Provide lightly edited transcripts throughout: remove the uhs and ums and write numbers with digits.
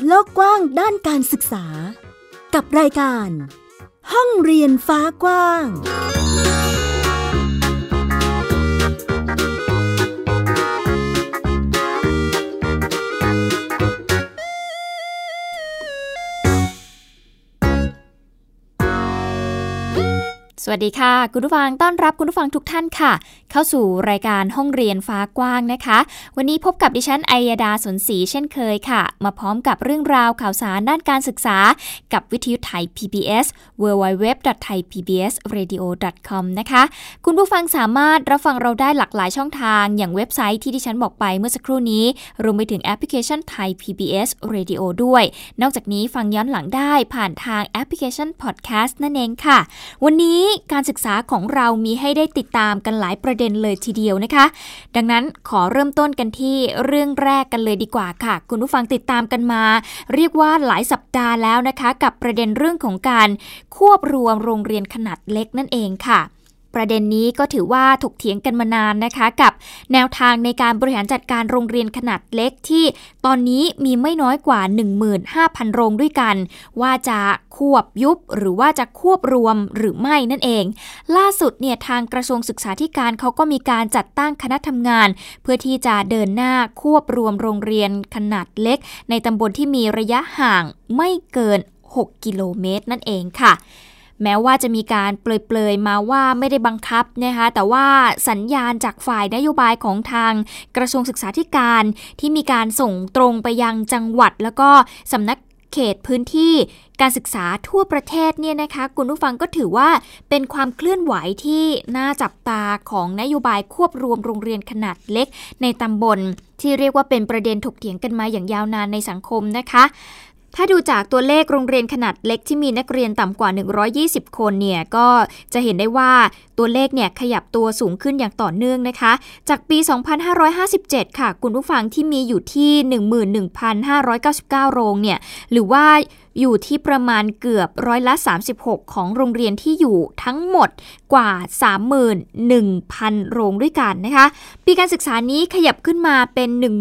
โลกกว้างด้านการศึกษากับรายการห้องเรียนฟ้ากว้างสวัสดีค่ะคุณผู้ฟังต้อนรับคุณผู้ฟังทุกท่านค่ะเข้าสู่รายการห้องเรียนฟ้ากว้างนะคะวันนี้พบกับดิฉันอัยดาสนศรีเช่นเคยค่ะมาพร้อมกับเรื่องราวข่าวสารด้านการศึกษากับวิทยุไทย PBS www.thaipbsradio.com นะคะคุณผู้ฟังสามารถรับฟังเราได้หลากหลายช่องทางอย่างเว็บไซต์ที่ดิฉันบอกไปเมื่อสักครู่นี้รวมไปถึงแอปพลิเคชันไทย PBS Radio ด้วยนอกจากนี้ฟังย้อนหลังได้ผ่านทางแอปพลิเคชัน Podcast นั่นเองค่ะวันนี้การศึกษาของเรามีให้ได้ติดตามกันหลายประเด็นเลยทีเดียวนะคะดังนั้นขอเริ่มต้นกันที่เรื่องแรกกันเลยดีกว่าค่ะคุณผู้ฟังติดตามกันมาเรียกว่าหลายสัปดาห์แล้วนะคะกับประเด็นเรื่องของการควบรวมโรงเรียนขนาดเล็กนั่นเองค่ะประเด็นนี้ก็ถือว่าถกเถียงกันมานานนะคะกับแนวทางในการบริหารจัดการโรงเรียนขนาดเล็กที่ตอนนี้มีไม่น้อยกว่า 15,000 โรงด้วยกันว่าจะควบยุบหรือว่าจะควบรวมหรือไม่นั่นเองล่าสุดเนี่ยทางกระทรวงศึกษาธิการเขาก็มีการจัดตั้งคณะทำงานเพื่อที่จะเดินหน้าควบรวมโรงเรียนขนาดเล็กในตำบลที่มีระยะห่างไม่เกิน6 กิโลเมตรนั่นเองค่ะแม้ว่าจะมีการเปลยๆมาว่าไม่ได้บังคับนะคะแต่ว่าสัญญาณจากฝ่ายนโยบายของทางกระทรวงศึกษาธิการที่มีการส่งตรงไปยังจังหวัดแล้วก็สำนักเขตพื้นที่การศึกษาทั่วประเทศเนี่ยนะคะคุณผู้ฟังก็ถือว่าเป็นความเคลื่อนไหวที่น่าจับตาของนโยบายควบรวมโรงเรียนขนาดเล็กในตำบลที่เรียกว่าเป็นประเด็นถกเถียงกันมาอย่างยาวนานในสังคมนะคะถ้าดูจากตัวเลขโรงเรียนขนาดเล็กที่มีนักเรียนต่ำกว่า120คนเนี่ยก็จะเห็นได้ว่าตัวเลขเนี่ยขยับตัวสูงขึ้นอย่างต่อเนื่องนะคะจากปี 2557 ค่ะคุณผู้ฟังที่มีอยู่ที่ 11,599 โรงเนี่ยหรือว่าอยู่ที่ประมาณเกือบ36%ของโรงเรียนที่อยู่ทั้งหมดกว่า 31,000 โรงด้วยกันนะคะปีการศึกษานี้ขยับขึ้นมาเป็น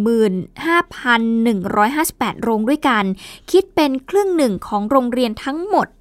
15,158 โรงด้วยกันคิดเป็นครึ่งหนึ่งของโรงเรียนทั้งหมด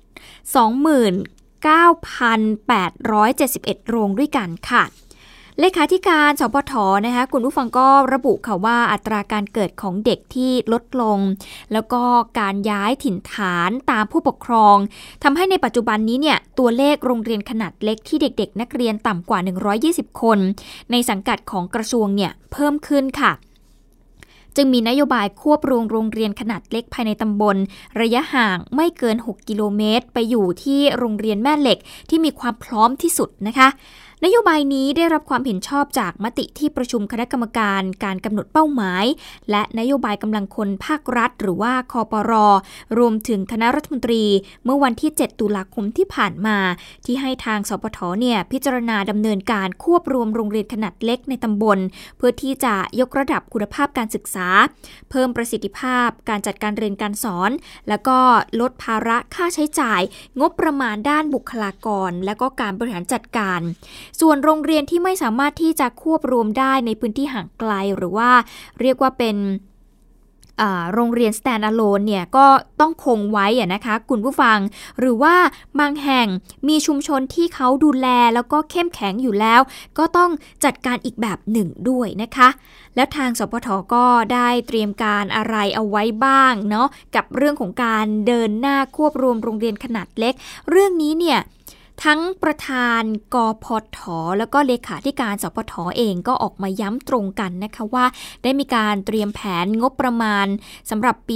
29,871 โรงด้วยกันค่ะเลขาธิการสปท.นะคะคุณผู้ฟังก็ระบุค่ะว่าอัตราการเกิดของเด็กที่ลดลงแล้วก็การย้ายถิ่นฐานตามผู้ปกครองทำให้ในปัจจุบันนี้เนี่ยตัวเลขโรงเรียนขนาดเล็กที่เด็กๆนักเรียนต่ำกว่า120คนในสังกัดของกระทรวงเนี่ยเพิ่มขึ้นค่ะจึงมีนโยบายควบรวมโรงเรียนขนาดเล็กภายในตำบลระยะห่างไม่เกิน6 กิโลเมตรไปอยู่ที่โรงเรียนแม่เหล็กที่มีความพร้อมที่สุดนะคะนโยบายนี้ได้รับความเห็นชอบจากมติที่ประชุมคณะกรรมการการกำหนดเป้าหมายและนโยบายกำลังคนภาครัฐหรือว่าคปร.รวมถึงคณะรัฐมนตรีเมื่อวันที่7 ตุลาคมที่ผ่านมาที่ให้ทางสปท.เนี่ยพิจารณาดำเนินการควบรวมโรงเรียนขนาดเล็กในตำบลเพื่อที่จะยกระดับคุณภาพการศึกษาเพิ่มประสิทธิภาพการจัดการเรียนการสอนแล้วก็ลดภาระค่าใช้จ่ายงบประมาณด้านบุคลากรและก็การบริหารจัดการส่วนโรงเรียนที่ไม่สามารถที่จะควบรวมได้ในพื้นที่ห่างไกลหรือว่าเรียกว่าเป็นโรงเรียน stand alone เนี่ยก็ต้องคงไว้นะคะคุณผู้ฟังหรือว่าบางแห่งมีชุมชนที่เขาดูแลแล้วก็เข้มแข็งอยู่แล้วก็ต้องจัดการอีกแบบหนึ่งด้วยนะคะแล้วทางสปท.ก็ได้เตรียมการอะไรเอาไว้บ้างเนาะกับเรื่องของการเดินหน้าควบรวมโรงเรียนขนาดเล็กเรื่องนี้เนี่ยทั้งประธานกพท.แล้วก็เลขาธิการสปท.เองก็ออกมาย้ำตรงกันนะคะว่าได้มีการเตรียมแผนงบประมาณสำหรับปี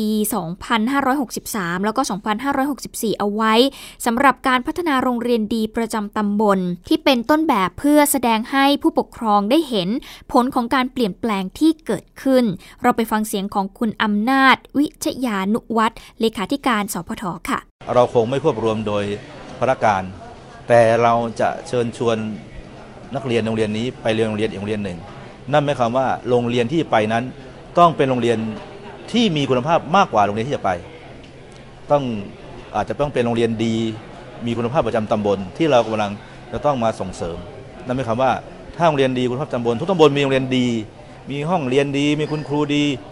2563 แล้วก็ 2564 เอาไว้สำหรับการพัฒนาโรงเรียนดีประจำตำบลที่เป็นต้นแบบเพื่อแสดงให้ผู้ปกครองได้เห็นผลของการเปลี่ยนแปลงที่เกิดขึ้นเราไปฟังเสียงของคุณอำนาจวิชยานุวัฒน์เลขาธิการสปท.ค่ะเราคงไม่ควบรวมโดยพระการแต่เราจะเชิญชวนนักเรียนโรงเรียนนี้ไปเรียนโรงเรียนอีกโรงเรียนหนึ่งนั่นหมายความว่าโรงเรียนที่ไปนั้นต้องเป็นโรงเรียนที่มีคุณภาพมากกว่าโรงเรียนที่จะไปอาจจะต้องเป็นโรงเรียนดีมีคุณภาพประจำตำบลที่เรากำลังจะต้องมาส่งเสริมนั่นหมายความว่าถ้าโรงเรียนดีคุณภาพตำบลทุกตำบลมีโรงเรียนดีมีห้องเรียนดีมีคุณครูดี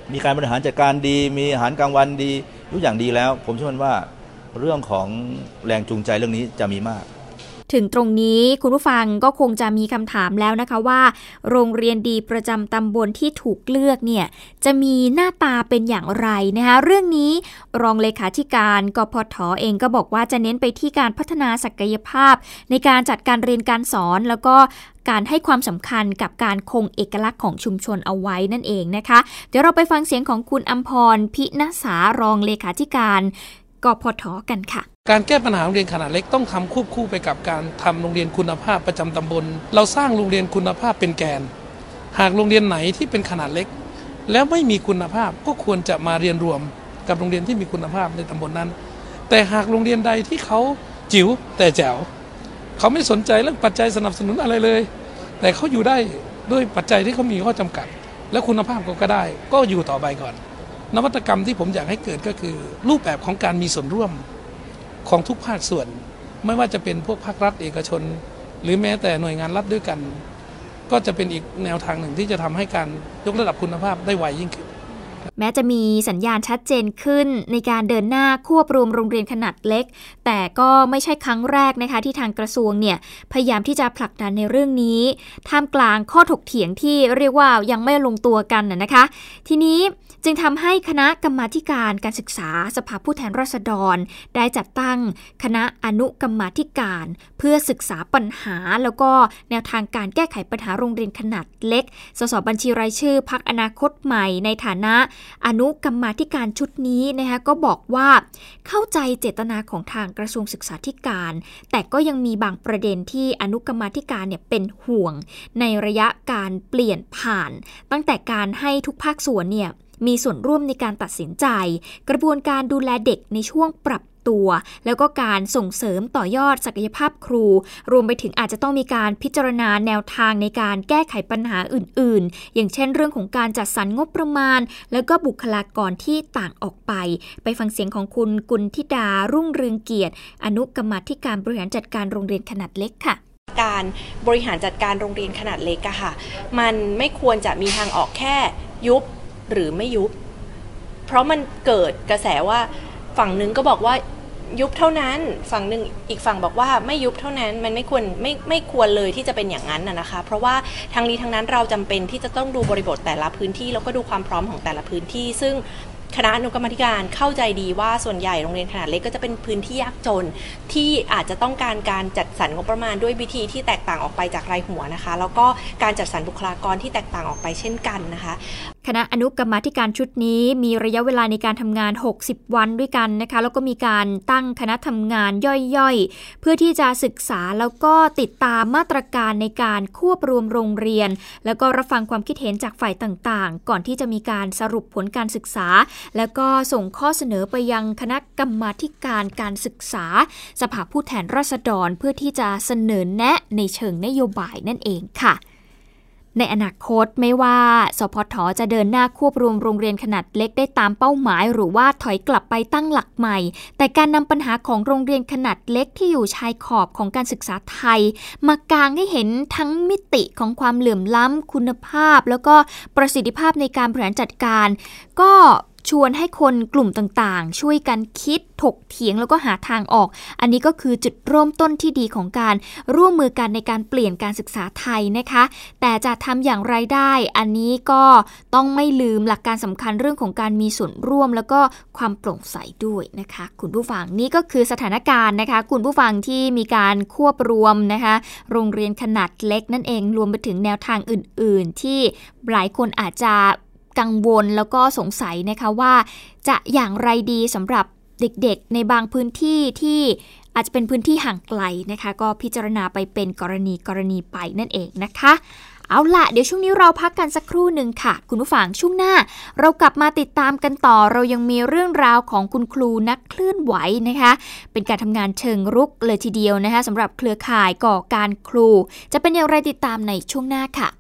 มีการบริหารจัดการดีมีอาหารกลางวันดีทุกอย่างดีแล้วผมเชื่อว่าเรื่องของแรงจูงใจเรื่องนี้จะมีมากถึงตรงนี้คุณผู้ฟังก็คงจะมีคำถามแล้วนะคะว่าโรงเรียนดีประจำตำบลที่ถูกเลือกเนี่ยจะมีหน้าตาเป็นอย่างไรนะคะเรื่องนี้รองเลขาธิการกพฐ.เองก็บอกว่าจะเน้นไปที่การพัฒนาศักยภาพในการจัดการเรียนการสอนแล้วก็การให้ความสำคัญกับการคงเอกลักษณ์ของชุมชนเอาไว้นั่นเองนะคะเดี๋ยวเราไปฟังเสียงของคุณอำพรพิณสารองเลขาธิการกพฐ.กันค่ะการแก้ปัญหาโรงเรียนขนาดเล็กต้องทำควบคู่ไปกับการทำโรงเรียนคุณภาพประจำตำบลเราสร้างโรงเรียนคุณภาพเป็นแกนหากโรงเรียนไหนที่เป็นขนาดเล็กแล้วไม่มีคุณภาพก็ควรจะมาเรียนรวมกับโรงเรียนที่มีคุณภาพในตำบลนั้นแต่หากโรงเรียนใดที่เขาจิ๋วแต่แจ๋วเขาไม่สนใจเรื่องปัจจัยสนับสนุนอะไรเลยแต่เขาอยู่ได้ด้วยปัจจัยที่เขามีข้อจำกัดและคุณภาพก็ได้ก็อยู่ต่อไปก่อนนวัตกรรมที่ผมอยากให้เกิดก็คือรูปแบบของการมีส่วนร่วมของทุกภาคส่วนไม่ว่าจะเป็นพวกภาครัฐเอกชนหรือแม้แต่หน่วยงานรัฐด้วยกันก็จะเป็นอีกแนวทางหนึ่งที่จะทำให้การยกระดับคุณภาพได้ไวยิ่งขึ้นแม้จะมีสัญญาณชัดเจนขึ้นในการเดินหน้าควบรวมโรงเรียนขนาดเล็กแต่ก็ไม่ใช่ครั้งแรกนะคะที่ทางกระทรวงเนี่ยพยายามที่จะผลักดันในเรื่องนี้ท่ามกลางข้อถกเถียงที่เรียกว่ายังไม่ลงตัวกันนะคะทีนี้จึงทำให้คณะกรรมาธิการการศึกษาสภาผู้แทนราษฎรได้จัดตั้งคณะอนุกรรมาธิการเพื่อศึกษาปัญหาแล้วก็แนวทางการแก้ไขปัญหาโรงเรียนขนาดเล็กสสบัญชีรายชื่อพรรคอนาคตใหม่ในฐานะอนุกรรมาธิการชุดนี้นะคะก็บอกว่าเข้าใจเจตนาของทางกระทรวงศึกษาธิการแต่ก็ยังมีบางประเด็นที่อนุกรรมาธิการเนี่ยเป็นห่วงในระยะการเปลี่ยนผ่านตั้งแต่การให้ทุกภาคส่วนเนี่ยมีส่วนร่วมในการตัดสินใจกระบวนการดูแลเด็กในช่วงปรับตัวแล้วก็การส่งเสริมต่อยอดศักยภาพครูรวมไปถึงอาจจะต้องมีการพิจารณาแนวทางในการแก้ไขปัญหาอื่นๆอย่างเช่นเรื่องของการจัดสรรงบประมาณแล้วก็บุคลากรที่ต่างออกไปฟังเสียงของคุณกุลธิดารุ่งเรืองเกียรติอนุกรรมาธิการบริหารจัดการโรงเรียนขนาดเล็กค่ะการบริหารจัดการโรงเรียนขนาดเล็กอะค่ะมันไม่ควรจะมีทางออกแค่ยุบหรือไม่ยุบเพราะมันเกิดกระแสว่าฝั่งนึงก็บอกว่ายุบเท่านั้นฝั่งนึงอีกฝั่งบอกว่าไม่ยุบเท่านั้นมันไม่ควรเลยที่จะเป็นอย่างนั้นนะคะเพราะว่าทั้งนี้ทั้งนั้นเราจำเป็นที่จะต้องดูบริบทแต่ละพื้นที่แล้วก็ดูความพร้อมของแต่ละพื้นที่ซึ่งคณะอนุกรรมาธิการเข้าใจดีว่าส่วนใหญ่โรงเรียนขนาดเล็กก็จะเป็นพื้นที่ยากจนที่อาจจะต้องการจัดสรรงบประมาณด้วยวิธีที่แตกต่างออกไปจากรายหัวนะคะแล้วก็การจัดสรรบุคลากรที่แตกต่างออกไปเช่นกันนะคะคณะอนุกรรมาธิการชุดนี้มีระยะเวลาในการทำงาน60วันด้วยกันนะคะแล้วก็มีการตั้งคณะทำงานย่อยๆเพื่อที่จะศึกษาแล้วก็ติดตามมาตรการในการควบรวมโรงเรียนแล้วก็รับฟังความคิดเห็นจากฝ่ายต่างๆก่อนที่จะมีการสรุปผลการศึกษาแล้วก็ส่งข้อเสนอไปยังคณะกรรมาธิการการศึกษาสภาผู้แทนราษฎรเพื่อที่จะเสนอแนะในเชิงนโยบายนั่นเองค่ะในอนาคตไม่ว่าสพฐ.จะเดินหน้าควบรวมโรงเรียนขนาดเล็กได้ตามเป้าหมายหรือว่าถอยกลับไปตั้งหลักใหม่แต่การนำปัญหาของโรงเรียนขนาดเล็กที่อยู่ชายขอบของการศึกษาไทยมากางให้เห็นทั้งมิติของความเหลื่อมล้ำคุณภาพแล้วก็ประสิทธิภาพในการบริหารจัดการก็ชวนให้คนกลุ่มต่างๆช่วยกันคิดถกเถียงแล้วก็หาทางออกอันนี้ก็คือจุดเริ่มต้นที่ดีของการร่วมมือกันในการเปลี่ยนการศึกษาไทยนะคะแต่จะทำอย่างไรได้อันนี้ก็ต้องไม่ลืมหลักการสำคัญเรื่องของการมีส่วนร่วมแล้วก็ความโปร่งใสด้วยนะคะคุณผู้ฟังนี่ก็คือสถานการณ์นะคะคุณผู้ฟังที่มีการควบรวมนะคะโรงเรียนขนาดเล็กนั่นเองรวมไปถึงแนวทางอื่นๆที่หลายคนอาจจะกังวลแล้วก็สงสัยนะคะว่าจะอย่างไรดีสำหรับเด็กๆในบางพื้นที่ที่อาจจะเป็นพื้นที่ห่างไกลนะคะก็พิจารณาไปเป็นกรณีไปนั่นเองนะคะเอาล่ะเดี๋ยวช่วงนี้เราพักกันสักครู่หนึ่งค่ะคุณผู้ฟังช่วงหน้าเรากลับมาติดตามกันต่อเรายังมีเรื่องราวของคุณครูนักเคลื่อนไหวนะคะเป็นการทำงานเชิงรุกเลยทีเดียวนะคะสำหรับเครือข่ายก่อการครูจะเป็นอย่างไรติดตามในช่วงหน้าค่ะ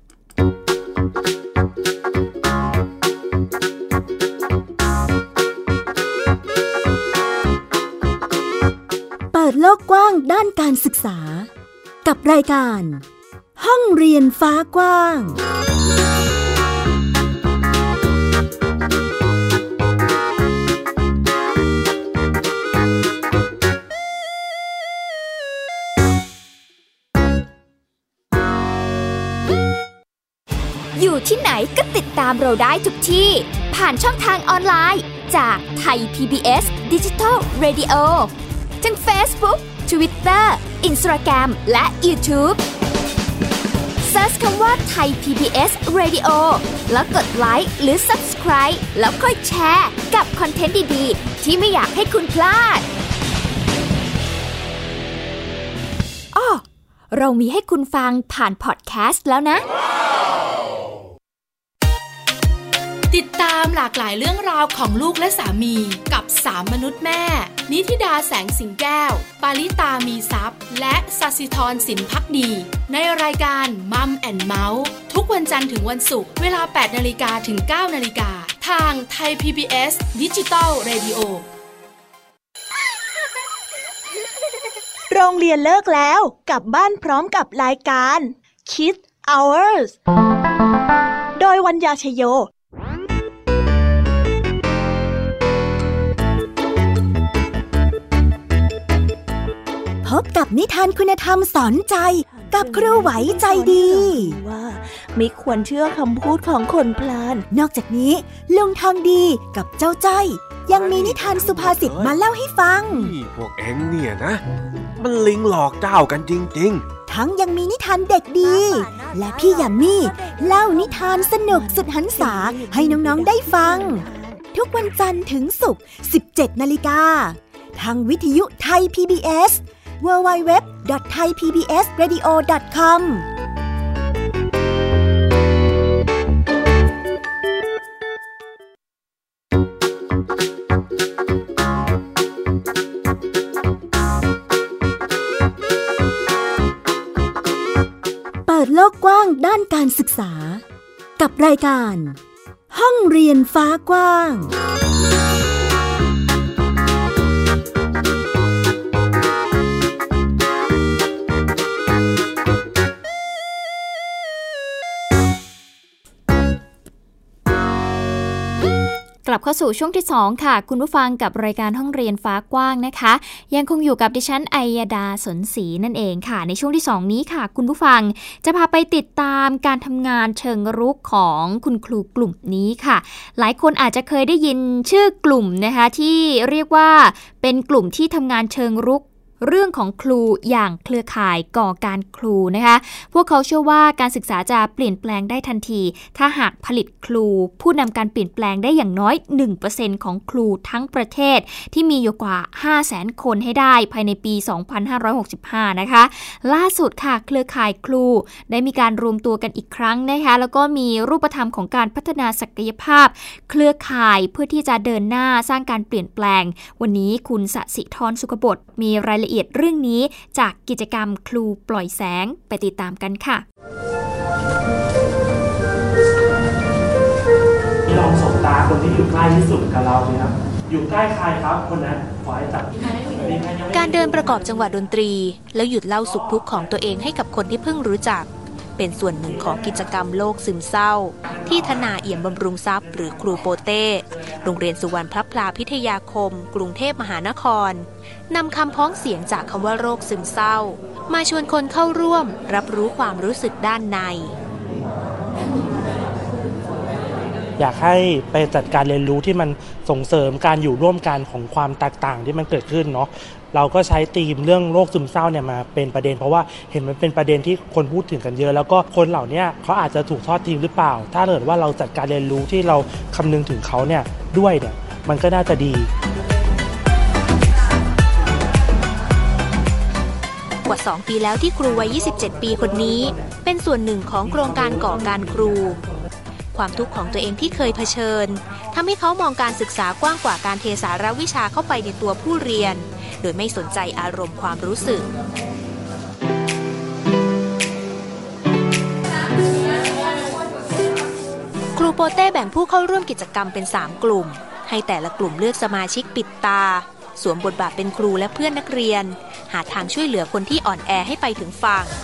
เปิดโลกกว้างด้านการศึกษากับรายการห้องเรียนฟ้ากว้างอยู่ที่ไหนก็ติดตามเราได้ทุกที่ผ่านช่องทางออนไลน์จากไทย PBS Digital Radio ทั้ง Facebook, Twitter, Instagram และ YouTubeเซิร์ชคำว่าไทย PBS Radio แล้วกดไลค์หรือ Subscribe แล้วค่อยแชร์กับคอนเทนต์ดีๆที่ไม่อยากให้คุณพลาดอ้อเรามีให้คุณฟังผ่านพอดแคสต์แล้วนะติดตามหลากหลายเรื่องราวของลูกและสามีกับ3มนุษย์แม่นิธิดาแสงสิงแก้วปาริตามีทรัพย์และศศิธรสินภักดีในรายการมัมแอนด์เมาส์ทุกวันจันทร์ถึงวันศุกร์เวลา 8:00 นถึง 9:00 นทางไทย PBS Digital Radio โรงเรียนเลิกแล้วกลับบ้านพร้อมกับรายการ Kids Hours โดยวัญญาชโยพบกับนิทานคุณธรรมสอนใจกับครูไหวใจดีว่าไม่ควรเชื่อคำพูดของคนพลานนอกจากนี้ลุงทองดีกับเจ้าจ้อยยังมีนิทานสุภาษิตมาเล่าให้ฟังนี่พวกเอ็งเนี่ยนะมันลิงหลอกเจ้ากันจริงๆทั้งยังมีนิทานเด็กดีและพี่ยามีเล่านิทานสนุกสุดหรรษาให้น้องๆได้ฟังทุกวันจันทร์ถึงศุกร์ 17:00 น.ทางวิทยุไทย PBS www.thaipbsradio.com เปิดโลกกว้างด้านการศึกษากับรายการห้องเรียนฟ้ากว้างกลับเข้าสู่ช่วงที่2ค่ะคุณผู้ฟังกับรายการห้องเรียนฟ้ากว้างนะคะยังคงอยู่กับดิฉันอัยดาสนศรีนั่นเองค่ะในช่วงที่2นี้ค่ะคุณผู้ฟังจะพาไปติดตามการทำงานเชิงรุกของคุณครูกลุ่มนี้ค่ะหลายคนอาจจะเคยได้ยินชื่อกลุ่มนะคะที่เรียกว่าเป็นกลุ่มที่ทำงานเชิงรุกเรื่องของครูอย่างเครือข่ายก่อการครูนะคะพวกเขาเชื่อว่าการศึกษาจะเปลี่ยนแปลงได้ทันทีถ้าหากผลิตครูผู้นำการเปลี่ยนแปลงได้อย่างน้อย 1% ของครูทั้งประเทศที่มีอยู่กว่า 500,000 คนให้ได้ภายในปี 2565 นะคะล่าสุดค่ะเครือข่ายครูได้มีการรวมตัวกันอีกครั้งนะคะแล้วก็มีรูปธรรมของการพัฒนาศักยภาพเครือข่ายเพื่อที่จะเดินหน้าสร้างการเปลี่ยนแปลงวันนี้คุณศศิธรสุขบดมีรายละเอียดเรื่องนี้จากกิจกรรมครูปล่อยแสงไปติดตามกันค่ะลองสบตาคนที่อยู่ใกล้ที่สุดกับเราเลยครับอยู่ใกล้ใครครับคนนั้นขอให้จับการเดินประกอบจังหวะดนตรีแล้วหยุดเล่าสุขทุกข์ของตัวเองให้กับคนที่เพิ่งรู้จักเป็นส่วนหนึ่งของกิจกรรมโลกซึมเศร้าที่ธนาเอี่ยมบำรุงทรัพย์หรือครูโปเต้โรงเรียนสุวรรณพลับพลาพิทยาคมกรุงเทพมหานครนำคำพ้องเสียงจากคำว่าโรคซึมเศร้ามาชวนคนเข้าร่วมรับรู้ความรู้สึกด้านในอยากให้ไปจัดการเรียนรู้ที่มันส่งเสริมการอยู่ร่วมกันของความแตกต่างที่มันเกิดขึ้นเนาะเราก็ใช้ธีมเรื่องโรคซึมเศร้าเนี่ยมาเป็นประเด็นเพราะว่าเห็นมันเป็นประเด็นที่คนพูดถึงกันเยอะแล้วก็คนเหล่านี้เขาอาจจะถูกทอดทิ้งหรือเปล่าถ้าเกิดว่าเราจัดการเรียนรู้ที่เราคำนึงถึงเขาเนี่ยด้วยเนี่ยมันก็น่าจะดีกว่า2 ปีแล้วที่ครูวัย27 ปีคนนี้เป็นส่วนหนึ่งของโครงการก่อการครูความทุกข์ของตัวเองที่เคยเผชิญทำให้เขามองการศึกษากว้างกว่าการเทสารวิชาเข้าไปในตัวผู้เรียนโดยไม่สนใจอารมณ์ความรู้สึกครูโปเต้แบ่งผู้เข้าร่วมกิจกรรมเป็น3 กลุ่มให้แต่ละกลุ่มเลือกสมาชิกปิดตาสวมบทบาทเป็นครูและเพื่อนนักเรียนหาทางช่วยเหลือคนที่อ่อนแอให้ไปถึงฝั่ง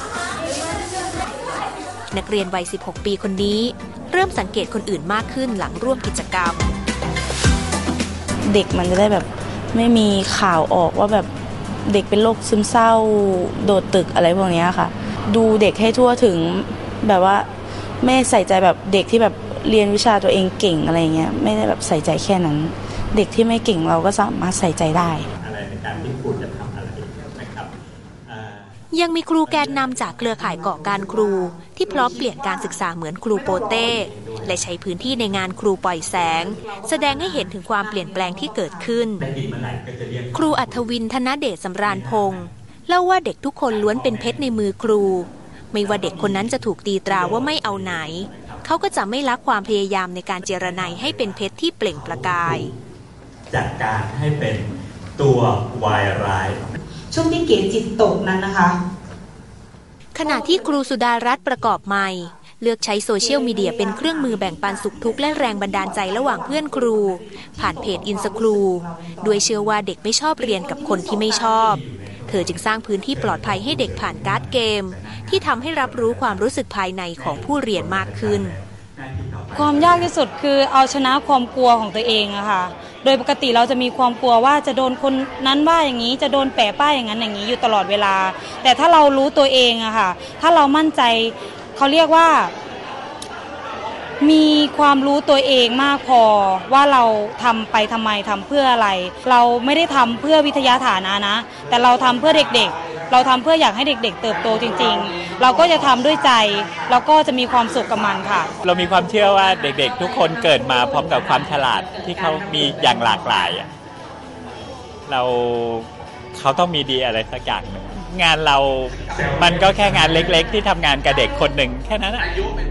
นักเรียนวัย16 ปีคนนี้เริ่มสังเกตคนอื่นมากขึ้นหลังร่วมกิจกรรมเด็กมันจะได้แบบไม่มีข่าวออกว่าแบบเด็กเป็นโรคซึมเศร้าโดดตึกอะไรพวกนี้ค่ะดูเด็กให้ทั่วถึงแบบว่าไม่ใส่ใจแบบเด็กที่แบบเรียนวิชาตัวเองเก่งอะไรเงี้ยไม่ได้แบบใส่ใจแค่นั้นเด็กที่ไม่เก่งเราก็สามารถใส่ใจได้อะไรในการที่ครูจะทำอะไรนะครับยังมีครูแกนนำจากเครือข่ายก่อการครูที่พร้อมเปลี่ยนการศึกษาเหมือนครูโปเต้และใช้พื้นที่ในงานครูปล่อยแสงแสดงให้เห็นถึงความเปลี่ยนแปลงที่เกิดขึ้นครูอัธวินธนเดชสำราญพงษ์เล่าว่าเด็กทุกคนล้วนเป็นเพชรในมือครูไม่ว่าเด็กคนนั้นจะถูกตีตราว่าไม่เอาไหนเขาก็จะไม่ละความพยายามในการเจรไนให้เป็นเพชรที่เปล่งประกายจัดการให้เป็นตัววายร้ายช่วงที่เก๋จิตตกนั้นนะคะขณะที่ครูสุดารัตน์ประกอบไมค์เลือกใช้โซเชียลมีเดียเป็นเครื่องมือแบ่งปันสุขทุกข์และแรงบันดาลใจระหว่างเพื่อนครูผ่านเพจอินสครูด้วยเชื่อว่าเด็กไม่ชอบเรียนกับคนที่ไม่ชอบเธอจึงสร้างพื้นที่ปลอดภัยให้เด็กผ่านการ์ดเกมที่ทำให้รับรู้ความรู้สึกภายในของผู้เรียนมากขึ้นความยากที่สุดคือเอาชนะความกลัวของตัวเองอะค่ะโดยปกติเราจะมีความกลัวว่าจะโดนคนนั้นว่าอย่างนี้จะโดนแปะป้ายอย่างนั้นอย่างนี้อยู่ตลอดเวลาแต่ถ้าเรารู้ตัวเองอะค่ะถ้าเรามั่นใจเขาเรียกว่ามีความรู้ตัวเองมากพอว่าเราทำไปทำไมทำเพื่ออะไรเราไม่ได้ทำเพื่อวิทยาฐานะนะแต่เราทำเพื่อเด็กๆเราทำเพื่ออยากให้เด็กๆเติบโตจริงๆเราก็จะทำด้วยใจแล้วก็จะมีความสุขกับมันค่ะเรามีความเชื่อว่าเด็กๆทุกคนเกิดมาพร้อมกับความฉลาดที่เขามีอย่างหลากหลายเขาต้องมีดีอะไรสักอย่างหนึ่งงานเรามันก็แค่งานเล็กๆที่ทำงานกับเด็กคนหนึ่งแค่นั้น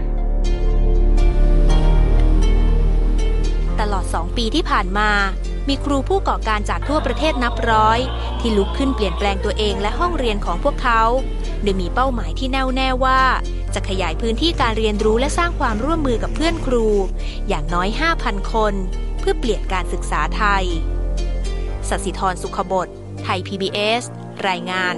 ตลอด2 ปีที่ผ่านมามีครูผู้ก่อการจากทั่วประเทศนับร้อยที่ลุกขึ้นเปลี่ยนแปลงตัวเองและห้องเรียนของพวกเขาโดยมีเป้าหมายที่แน่วแน่ว่าจะขยายพื้นที่การเรียนรู้และสร้างความร่วมมือกับเพื่อนครูอย่างน้อย 5,000 คนเพื่อเปลี่ยนการศึกษาไทยศศิธร สุขบดไทย PBS รายงาน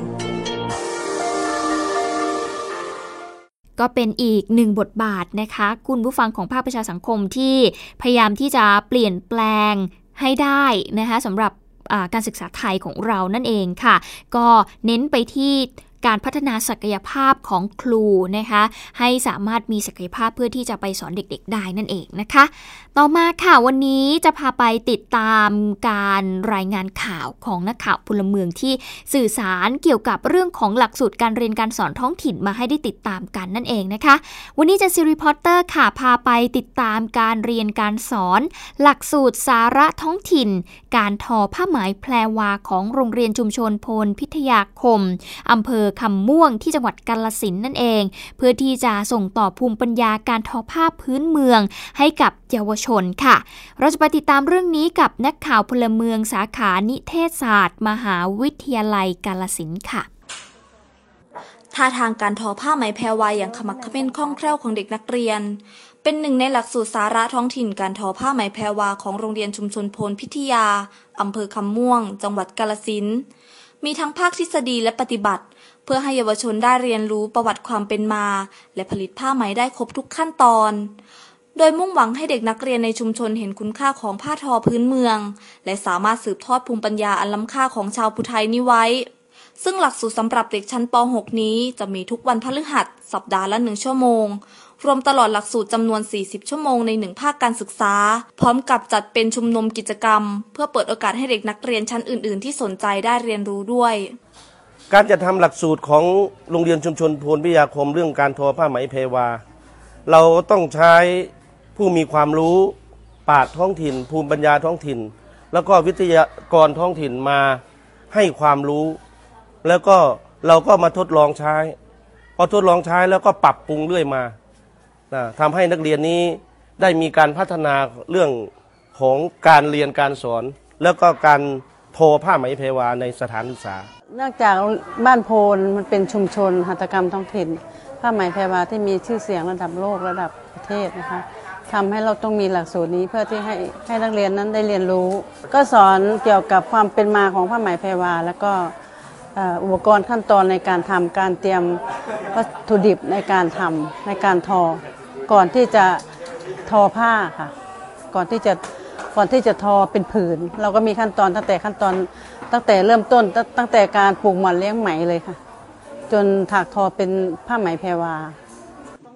ก็เป็นอีกหนึ่งบทบาทนะคะคุณผู้ฟังของภาคประชาสังคมที่พยายามที่จะเปลี่ยนแปลงให้ได้นะคะสำหรับการศึกษาไทยของเรานั่นเองค่ะก็เน้นไปที่การพัฒนาศักยภาพของครูนะคะให้สามารถมีศักยภาพเพื่อที่จะไปสอนเด็กๆได้นั่นเองนะคะต่อมาค่ะวันนี้จะพาไปติดตามการรายงานข่าวของนักข่าวพลเมืองที่สื่อสารเกี่ยวกับเรื่องของหลักสูตรการเรียนการสอนท้องถิ่นมาให้ได้ติดตามกันนั่นเองนะคะวันนี้จะซีรีพอร์เตอร์ค่ะพาไปติดตามการเรียนการสอนหลักสูตรสาระท้องถิ่นการทอผ้าไหมแพรวาของโรงเรียนชุมชนพลพิทยาคมอำเภอคำม่วงที่จังหวัดกาฬสินธุ์นั่นเองเพื่อที่จะส่งต่อภูมิปัญญาการทอผ้าพื้นเมืองให้กับเยาวชนค่ะเราจะไปติดตามเรื่องนี้กับนักข่าวพลเมืองสาขานิเทศศาสตร์มหาวิทยาลัยกาฬสินธุ์ค่ะท่าทางการทอผ้าไหมแพรวาอย่างขมักเขม้นคล่องแคล่วของเด็กนักเรียนเป็นหนึ่งในหลักสูตรสาระท้องถิ่นการทอผ้าไหมแพรวาของโรงเรียนชุมชนพลพิทยาอำเภอคำม่วงจังหวัดกาฬสินธุ์มีทั้งภาคทฤษฎีและปฏิบัติเพื่อให้เยาวชนได้เรียนรู้ประวัติความเป็นมาและผลิตผ้าไหมได้ครบทุกขั้นตอนโดยมุ่งหวังให้เด็กนักเรียนในชุมชนเห็นคุณค่าของผ้าทอพื้นเมืองและสามารถสืบทอดภูมิปัญญาอันล้ำค่าของชาวภูไทยนี้ไว้ซึ่งหลักสูตรสำหรับเด็กชั้นป .6 นี้จะมีทุกวันพฤหัสสัปดาห์ละ1 ชั่วโมงรวมตลอดหลักสูตรจำนวน40 ชั่วโมงใน1ภาคการศึกษาพร้อมกับจัดเป็นชุมนุมกิจกรรมเพื่อเปิดโอกาสให้เด็กนักเรียนชั้นอื่นๆที่สนใจได้เรียนรู้ด้วยการจัดทำหลักสูตรของโรงเรียนชุมชนพลพิทยาคมเรื่องการทอผ้าไหมแพรวาเราต้องใช้ผู้มีความรู้ปราชญ์ท้องถิ่นภูมิปัญญาท้องถิ่นแล้วก็วิทยากรท้องถิ่นมาให้ความรู้แล้วก็เราก็มาทดลองใช้พอทดลองใช้แล้วก็ปรับปรุงเรื่อยมาทำให้นักเรียนนี้ได้มีการพัฒนาเรื่องของการเรียนการสอนแล้วก็การทอผ้าไหมแพรวาในสถานศึกษาเนื่องจากบ้านโพนมันเป็นชุมชนหัตถกรรมท้องถิ่นผ้าไหมแพรวาที่มีชื่อเสียงระดับโลกระดับประเทศนะคะทำให้เราต้องมีหลักสูตรนี้เพื่อที่ให้นักเรียนนั้นได้เรียนรู้ก็สอนเกี่ยวกับความเป็นมาของผ้าไหมแพรวาแล้วก็อุปกรณ์ขั้นตอนในการทำการเตรียมวัตถุดิบในการทำในการทอก่อนที่จะทอผ้าค่ะก่อนที่จะทอเป็นผืนเราก็มีขั้นตอนตั้งแต่เริ่มต้นตั้งแต่การปลูกหม่อนเลี้ยงไหมเลยค่ะจนถักทอเป็นผ้าไหมแพรวา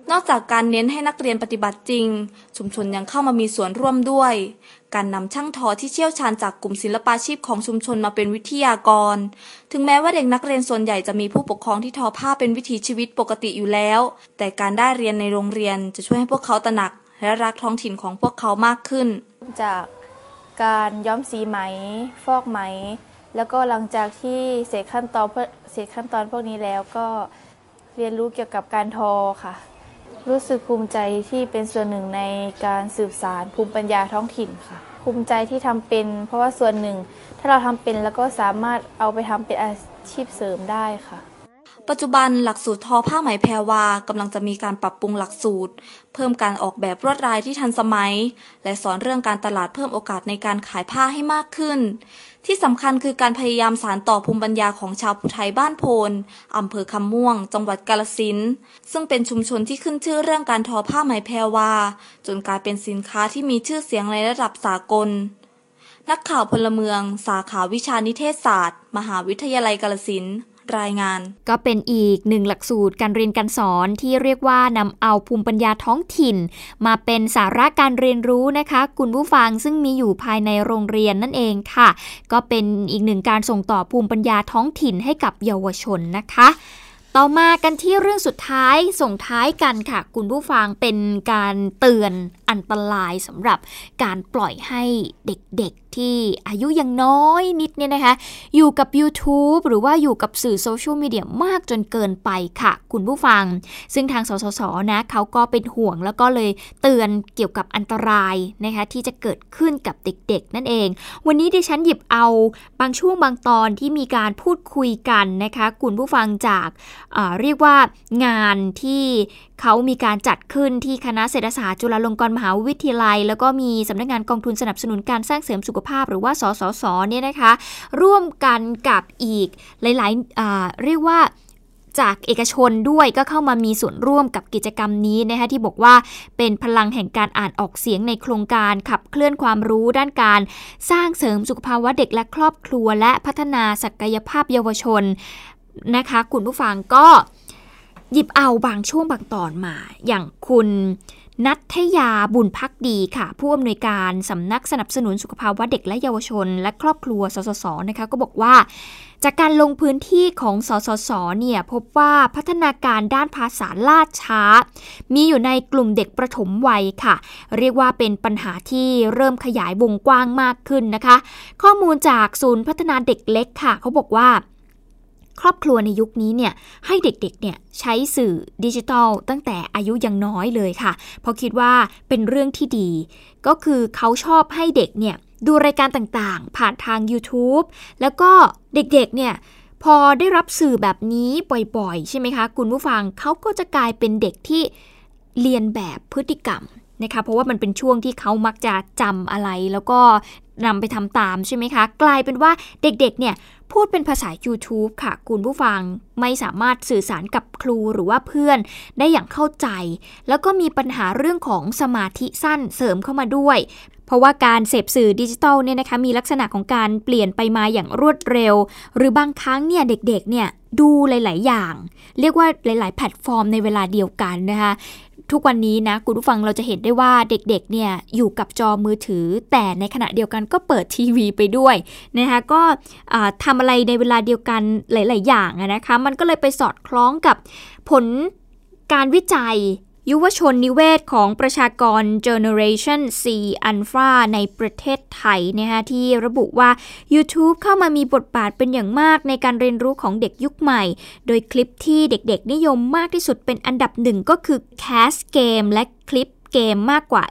นอกจากการเน้นให้นักเรียนปฏิบัติจริงชุมชนยังเข้ามามีส่วนร่วมด้วยการนำช่างทอที่เชี่ยวชาญจากกลุ่มศิลปาชีพของชุมชนมาเป็นวิทยากรถึงแม้ว่าเด็กนักเรียนส่วนใหญ่จะมีผู้ปกครองที่ทอผ้าเป็นวิถีชีวิตปกติอยู่แล้วแต่การได้เรียนในโรงเรียนจะช่วยให้พวกเขาตระหนักและรักท้องถิ่นของพวกเขามากขึ้นจากการย้อมสีไหมฟอกไหมแล้วก็หลังจากที่เสร็จขั้นตอนพวกนี้แล้วก็เรียนรู้เกี่ยวกับการทอค่ะรู้สึกภูมิใจที่เป็นส่วนหนึ่งในการสืบสานภูมิปัญญาท้องถิ่นค่ะภูมิใจที่ทำเป็นเพราะว่าส่วนหนึ่งถ้าเราทำเป็นแล้วก็สามารถเอาไปทำเป็นอาชีพเสริมได้ค่ะปัจจุบันหลักสูตรทอผ้าไหมแพรวากำลังจะมีการปรับปรุงหลักสูตรเพิ่มการออกแบบลวดลายที่ทันสมัยและสอนเรื่องการตลาดเพิ่มโอกาสในการขายผ้าให้มากขึ้นที่สำคัญคือการพยายามสานต่อภูมิปัญญาของชาวภูไทยบ้านโพนอำเภอคำม่วงจังหวัดกาฬสินธุ์ซึ่งเป็นชุมชนที่ขึ้นชื่อเรื่องการทอผ้าไหมแพรวาจนกลายเป็นสินค้าที่มีชื่อเสียงในระดับสากลนักข่าวพลเมืองสาขาวิชานิเทศศาสตร์มหาวิทยาลัยกาฬสินธุ์รายงานก็เป็นอีกหนึ่งหลักสูตรการเรียนการสอนที่เรียกว่านำเอาภูมิปัญญาท้องถิ่นมาเป็นสาระการเรียนรู้นะคะคุณผู้ฟังซึ่งมีอยู่ภายในโรงเรียนนั่นเองค่ะก็เป็นอีกหนึ่งการส่งต่อภูมิปัญญาท้องถิ่นให้กับเยาวชนนะคะต่อมากันที่เรื่องสุดท้ายส่งท้ายกันค่ะคุณผู้ฟังเป็นการเตือนอันตรายสำหรับการปล่อยให้เด็กๆที่อายุยังน้อยนิดเนี่ยนะคะอยู่กับ YouTube หรือว่าอยู่กับสื่อโซเชียลมีเดียมากจนเกินไปค่ะคุณผู้ฟังซึ่งทางสสสนะเขาก็เป็นห่วงแล้วก็เลยเตือนเกี่ยวกับอันตรายนะคะที่จะเกิดขึ้นกับเด็กๆนั่นเองวันนี้ดิฉันหยิบเอาบางช่วงบางตอนที่มีการพูดคุยกันนะคะคุณผู้ฟังจากเรียกว่างานที่เขามีการจัดขึ้นที่คณะเศรษฐศาสตร์จุฬาลงกรณ์มหาวิทยาลัยแล้วก็มีสำนักงานกองทุนสนับสนุนการสร้างเสริมสุขภาพหรือว่าสสสเนี่ยนะคะร่วมกันกับอีกหลายๆเรียกว่าจากเอกชนด้วยก็เข้ามามีส่วนร่วมกับกิจกรรมนี้นะคะที่บอกว่าเป็นพลังแห่งการอ่านออกเสียงในโครงการขับเคลื่อนความรู้ด้านการสร้างเสริมสุขภาวะเด็กและครอบครัวและพัฒนาศักยภาพเยาวชนนะคะคุณผู้ฟังก็หยิบเอาบางช่วงบางตอนมาอย่างคุณณัฐยาบุญภักดีค่ะผู้อำนวยการสำนักสนับสนุนสุขภาวะเด็กและเยาวชนและครอบครัวสสสนะคะก็บอกว่าจากการลงพื้นที่ของสสสเนี่ยพบว่าพัฒนาการด้านภาษาล่าช้ามีอยู่ในกลุ่มเด็กประถมวัยค่ะเรียกว่าเป็นปัญหาที่เริ่มขยายวงกว้างมากขึ้นนะคะข้อมูลจากศูนย์พัฒนาเด็กเล็กค่ะเขาบอกว่าครอบครัวในยุคนี้เนี่ยให้เด็กๆเนี่ยใช้สื่อดิจิทัลตั้งแต่อายุยังน้อยเลยค่ะเพราะคิดว่าเป็นเรื่องที่ดีก็คือเขาชอบให้เด็กเนี่ยดูรายการต่างๆผ่านทาง YouTube แล้วก็เด็กๆเนี่ยพอได้รับสื่อแบบนี้บ่อยๆใช่ไหมคะคุณผู้ฟังเขาก็จะกลายเป็นเด็กที่เรียนแบบพฤติกรรมนะคะเพราะว่ามันเป็นช่วงที่เขามักจะจำอะไรแล้วก็นำไปทำตามใช่ไหมคะกลายเป็นว่าเด็กๆเนี่ยพูดเป็นภาษา YouTube ค่ะคุณผู้ฟังไม่สามารถสื่อสารกับครูหรือว่าเพื่อนได้อย่างเข้าใจแล้วก็มีปัญหาเรื่องของสมาธิสั้นเสริมเข้ามาด้วยเพราะว่าการเสพสื่อดิจิทัลเนี่ยนะคะมีลักษณะของการเปลี่ยนไปมาอย่างรวดเร็วหรือบางครั้งเนี่ยเด็กๆเนี่ยดูหลายๆอย่างเรียกว่าหลายๆแพลตฟอร์มในเวลาเดียวกันนะคะทุกวันนี้นะคุณผู้ฟังเราจะเห็นได้ว่าเด็กๆเนี่ยอยู่กับจอมือถือแต่ในขณะเดียวกันก็เปิดทีวีไปด้วยนะคะก็ทำอะไรในเวลาเดียวกันหลายๆอย่างนะคะมันก็เลยไปสอดคล้องกับผลการวิจัยยุวชนนิเวศของประชากร Generation C Alpha ในประเทศไทยนะคะที่ระบุว่า YouTube เข้ามามีบทบาทเป็นอย่างมากในการเรียนรู้ของเด็กยุคใหม่โดยคลิปที่เด็กๆนิยมมากที่สุดเป็นอันดับหนึ่งก็คือ Cast Game และคลิปเกมมากกว่า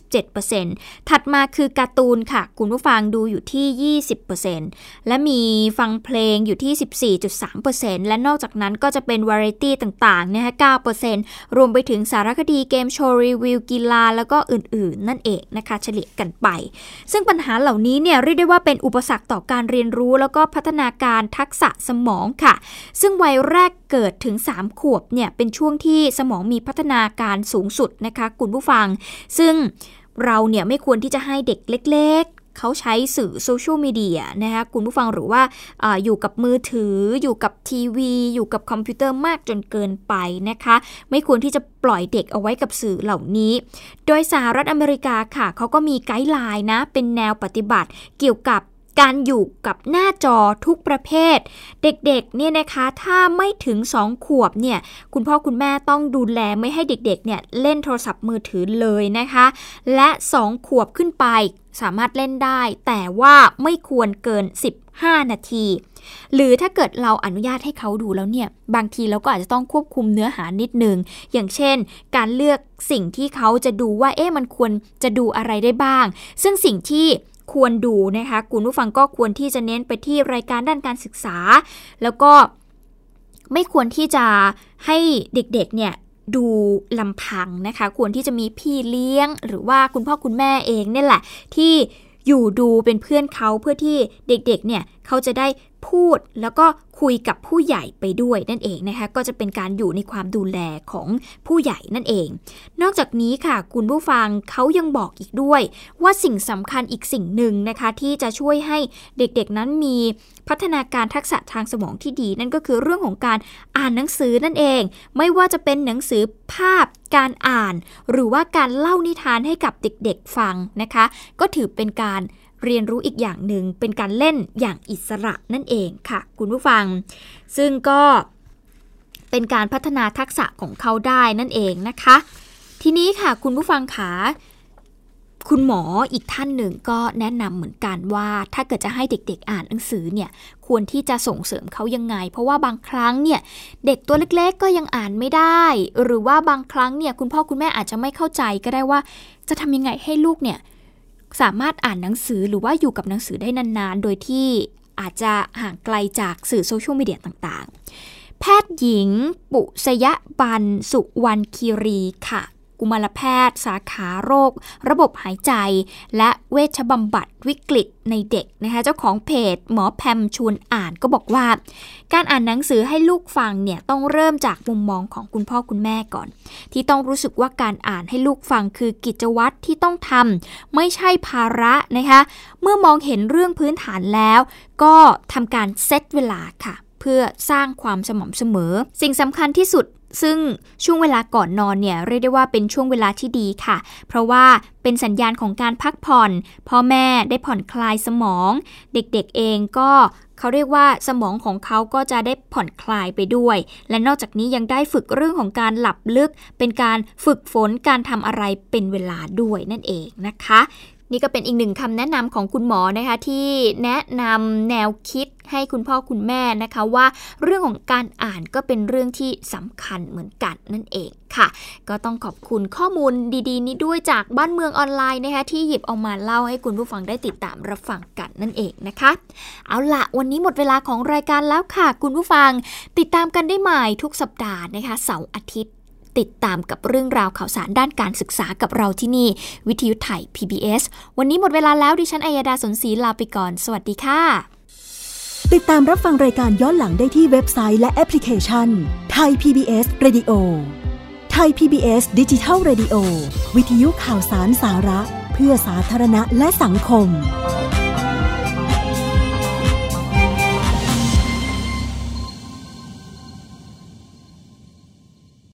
27% ถัดมาคือการ์ตูนค่ะคุณผู้ฟังดูอยู่ที่ 20% และมีฟังเพลงอยู่ที่ 14.3% และนอกจากนั้นก็จะเป็นวาไรตี้ต่างๆนะคะ 9% รวมไปถึงสารคดีเกมโชว์รีวิวกีฬาแล้วก็อื่นๆนั่นเองนะคะเฉลี่ยกันไปซึ่งปัญหาเหล่านี้เนี่ยเรียกได้ว่าเป็นอุปสรรคต่อการเรียนรู้แล้วก็พัฒนาการทักษะสมองค่ะซึ่งวัยแรกเกิดถึง3ขวบเนี่ยเป็นช่วงที่สมองมีพัฒนาการสูงสุดนะคะคุณผู้ฟังซึ่งเราเนี่ยไม่ควรที่จะให้เด็กเล็กๆเขาใช้สื่อโซเชียลมีเดียนะคะคุณผู้ฟังหรือว่าอยู่กับมือถืออยู่กับทีวีอยู่กับคอมพิวเตอร์มากจนเกินไปนะคะไม่ควรที่จะปล่อยเด็กเอาไว้กับสื่อเหล่านี้โดยสหรัฐอเมริกาค่ะเขาก็มีไกด์ไลน์นะเป็นแนวปฏิบัติเกี่ยวกับการอยู่กับหน้าจอทุกประเภทเด็กๆเนี่ยนะคะถ้าไม่ถึง2 ขวบเนี่ยคุณพ่อคุณแม่ต้องดูแลไม่ให้เด็กๆเนี่ยเล่นโทรศัพท์มือถือเลยนะคะและ2 ขวบขึ้นไปสามารถเล่นได้แต่ว่าไม่ควรเกิน15 นาทีหรือถ้าเกิดเราอนุญาตให้เขาดูแล้วเนี่ยบางทีเราก็อาจจะต้องควบคุมเนื้อหานิดนึงอย่างเช่นการเลือกสิ่งที่เขาจะดูว่ามันควรจะดูอะไรได้บ้างซึ่งสิ่งที่ควรดูนะคะคุณผู้ฟังก็ควรที่จะเน้นไปที่รายการด้านการศึกษาแล้วก็ไม่ควรที่จะให้เด็กๆเนี่ยดูลำพังนะคะควรที่จะมีพี่เลี้ยงหรือว่าคุณพ่อคุณแม่เองเนี่ยแหละที่อยู่ดูเป็นเพื่อนเขาเพื่อที่เด็กๆเนี่ยเขาจะได้พูดแล้วก็คุยกับผู้ใหญ่ไปด้วยนั่นเองนะคะก็จะเป็นการอยู่ในความดูแลของผู้ใหญ่นั่นเองนอกจากนี้ค่ะคุณผู้ฟังเขายังบอกอีกด้วยว่าสิ่งสำคัญอีกสิ่งหนึ่งนะคะที่จะช่วยให้เด็กๆนั้นมีพัฒนาการทักษะทางสมองที่ดีนั่นก็คือเรื่องของการอ่านหนังสือนั่นเองไม่ว่าจะเป็นหนังสือภาพการอ่านหรือว่าการเล่านิทานให้กับเด็กๆฟังนะคะก็ถือเป็นการเรียนรู้อีกอย่างหนึ่งเป็นการเล่นอย่างอิสระนั่นเองค่ะคุณผู้ฟังซึ่งก็เป็นการพัฒนาทักษะของเขาได้นั่นเองนะคะทีนี้ค่ะคุณผู้ฟังคะคุณหมออีกท่านหนึ่งก็แนะนำเหมือนกันว่าถ้าเกิดจะให้เด็กๆอ่านหนังสือเนี่ยควรที่จะส่งเสริมเขายังไงเพราะว่าบางครั้งเนี่ยเด็กตัวเล็กๆก็ยังอ่านไม่ได้หรือว่าบางครั้งเนี่ยคุณพ่อคุณแม่อาจจะไม่เข้าใจก็ได้ว่าจะทำยังไงให้ลูกเนี่ยสามารถอ่านหนังสือหรือว่าอยู่กับหนังสือได้นานๆโดยที่อาจจะห่างไกลจากสื่อโซเชียลมีเดียต่างๆแพทย์หญิงปุษยบันสุวรรณคีรีค่ะกุมารแพทย์สาขาโรคระบบหายใจและเวชบำบัดวิกฤตในเด็กนะคะเจ้าของเพจหมอแพมชวนอ่านก็บอกว่าการอ่านหนังสือให้ลูกฟังเนี่ยต้องเริ่มจากมุมมองของคุณพ่อคุณแม่ก่อนที่ต้องรู้สึกว่าการอ่านให้ลูกฟังคือกิจวัตรที่ต้องทำไม่ใช่ภาระนะคะเมื่อมองเห็นเรื่องพื้นฐานแล้วก็ทำการเซตเวลาค่ะเพื่อสร้างความสม่ำเสมอสิ่งสำคัญที่สุดซึ่งช่วงเวลาก่อนนอนเนี่ยเรียกได้ว่าเป็นช่วงเวลาที่ดีค่ะเพราะว่าเป็นสัญญาณของการพักผ่อนพ่อแม่ได้ผ่อนคลายสมองเด็กๆเองก็เขาเรียกว่าสมองของเขาก็จะได้ผ่อนคลายไปด้วยและนอกจากนี้ยังได้ฝึกเรื่องของการหลับลึกเป็นการฝึกฝนการทำอะไรเป็นเวลาด้วยนั่นเองนะคะนี่ก็เป็นอีกหนึ่งคำแนะนำของคุณหมอนะคะที่แนะนำแนวคิดให้คุณพ่อคุณแม่นะคะว่าเรื่องของการอ่านก็เป็นเรื่องที่สำคัญเหมือนกันนั่นเองค่ะก็ต้องขอบคุณข้อมูลดีๆนี้ด้วยจากบ้านเมืองออนไลน์นะคะที่หยิบเอามาเล่าให้คุณผู้ฟังได้ติดตามรับฟังกันนั่นเองนะคะเอาละวันนี้หมดเวลาของรายการแล้วค่ะคุณผู้ฟังติดตามกันได้ใหม่ทุกสัปดาห์นะคะเสาร์อาทิตย์ติดตามกับเรื่องราวข่าวสารด้านการศึกษากับเราที่นี่วิทยุไทย PBS วันนี้หมดเวลาแล้วดิฉันอัยดาสนศรีลาไปก่อนสวัสดีค่ะติดตามรับฟังรายการย้อนหลังได้ที่เว็บไซต์และแอปพลิเคชันไทย PBS Radio ไทย PBS Digital Radio วิทยุข่าวสารสาระเพื่อสาธารณะและสังคม